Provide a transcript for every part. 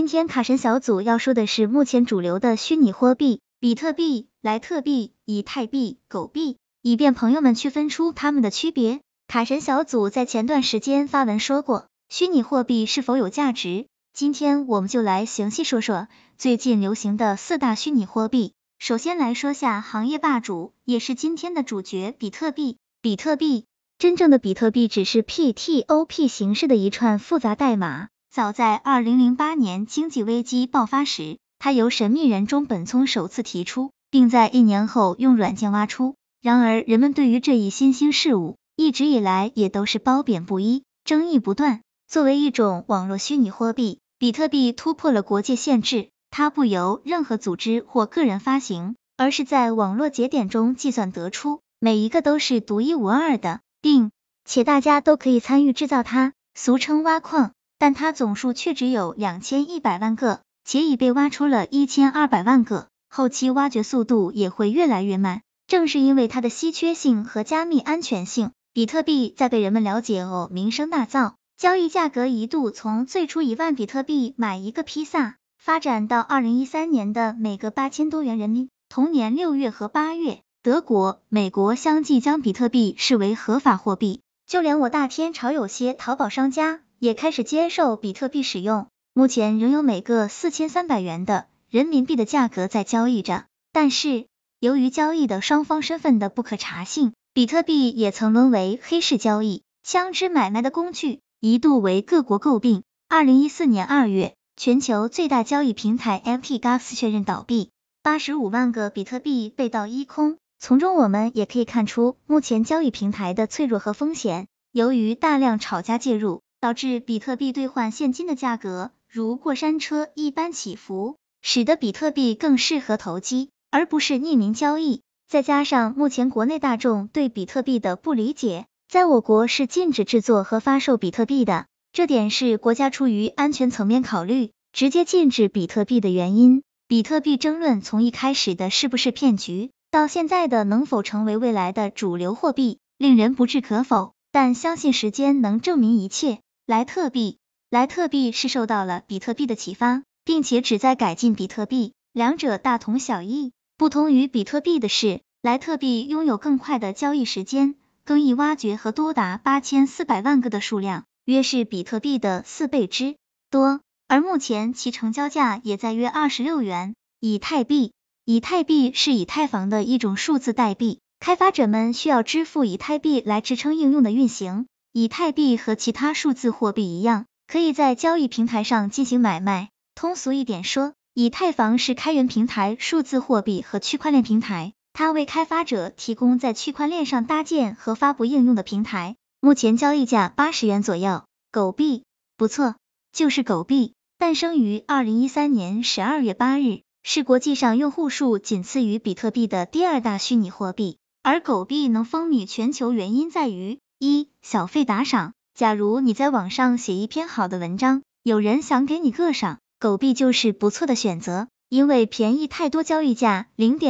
今天卡神小组要说的是目前主流的虚拟货币，比特币、莱特币、以太币、狗币，以便朋友们区分出它们的区别。卡神小组在前段时间发文说过，虚拟货币是否有价值？今天我们就来详细说说最近流行的4大虚拟货币。首先来说下行业霸主，也是今天的主角比特币。比特币，真正的比特币只是 PTOP 形式的一串复杂代码。早在2008年经济危机爆发时，它由神秘人中本聪首次提出，并在1年后用软件挖出。然而人们对于这一新兴事物一直以来也都是褒贬不一，争议不断。作为一种网络虚拟货币，比特币突破了国界限制，它不由任何组织或个人发行，而是在网络节点中计算得出，每一个都是独一无二的，并且大家都可以参与制造它，俗称挖矿。但它总数却只有2100万个，且已被挖出了1200万个，后期挖掘速度也会越来越慢。正是因为它的稀缺性和加密安全性，比特币在被人们了解后名声大噪，交易价格一度从最初1万比特币买一个披萨，发展到2013年的每个8000多元人民币。同年6月和8月，德国、美国相继将比特币视为合法货币，就连我大天朝有些淘宝商家也开始接受比特币使用，目前仍有每个4300元的人民币的价格在交易着。但是，由于交易的双方身份的不可查性，比特币也曾沦为黑市交易、枪支买卖的工具，一度为各国诟病。2014年2月，全球最大交易平台 FTX 确认倒闭，85万个比特币被盗一空。从中我们也可以看出目前交易平台的脆弱和风险。由于大量炒家介入，导致比特币兑换现金的价格如过山车一般起伏，使得比特币更适合投机，而不是匿名交易。再加上目前国内大众对比特币的不理解，在我国是禁止制作和发售比特币的，这点是国家出于安全层面考虑，直接禁止比特币的原因。比特币争论从一开始的是不是骗局，到现在的能否成为未来的主流货币，令人不置可否，但相信时间能证明一切。莱特币，莱特币是受到了比特币的启发，并且旨在改进比特币，两者大同小异。不同于比特币的是，莱特币拥有更快的交易时间，更易挖掘和多达8400万个的数量，约是比特币的4倍之多，而目前其成交价也在约26元。以太币，以太币是以太坊的一种数字代币，开发者们需要支付以太币来支撑应用的运行。以太币和其他数字货币一样，可以在交易平台上进行买卖。通俗一点说，以太坊是开源平台数字货币和区块链平台，它为开发者提供在区块链上搭建和发布应用的平台。目前交易价80元左右。狗币，不错，就是狗币，诞生于2013年12月8日，是国际上用户数仅次于比特币的第2大虚拟货币。而狗币能风靡全球原因在于1. 小费打赏，假如你在网上写一篇好的文章，有人想给你个赏，狗币就是不错的选择，因为便宜太多，交易价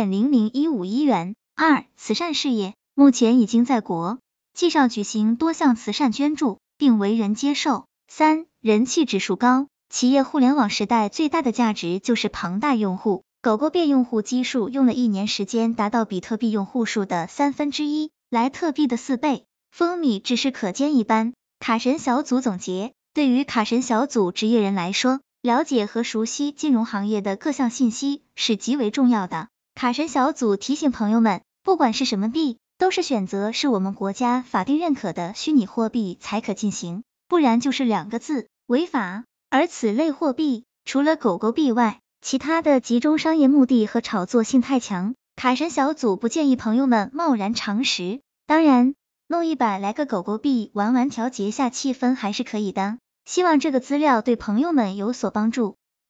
0.00151元。2. 慈善事业，目前已经在国际上举行多项慈善捐助，并为人接受。3. 人气指数高，企业互联网时代最大的价值就是庞大用户，狗狗币用户基数用了1年时间达到比特币用户数的1/3，莱特币的4倍。风靡只是可见一斑。卡神小组总结，对于卡神小组职业人来说，了解和熟悉金融行业的各项信息是极为重要的。卡神小组提醒朋友们，不管是什么币，都是选择是我们国家法定认可的虚拟货币才可进行，不然就是2个字，违法。而此类货币，除了狗狗币外，其他的集中商业目的和炒作性太强，卡神小组不建议朋友们贸然尝试。当然，弄一百来个狗狗币玩玩调节下气氛还是可以的。希望这个资料对朋友们有所帮助。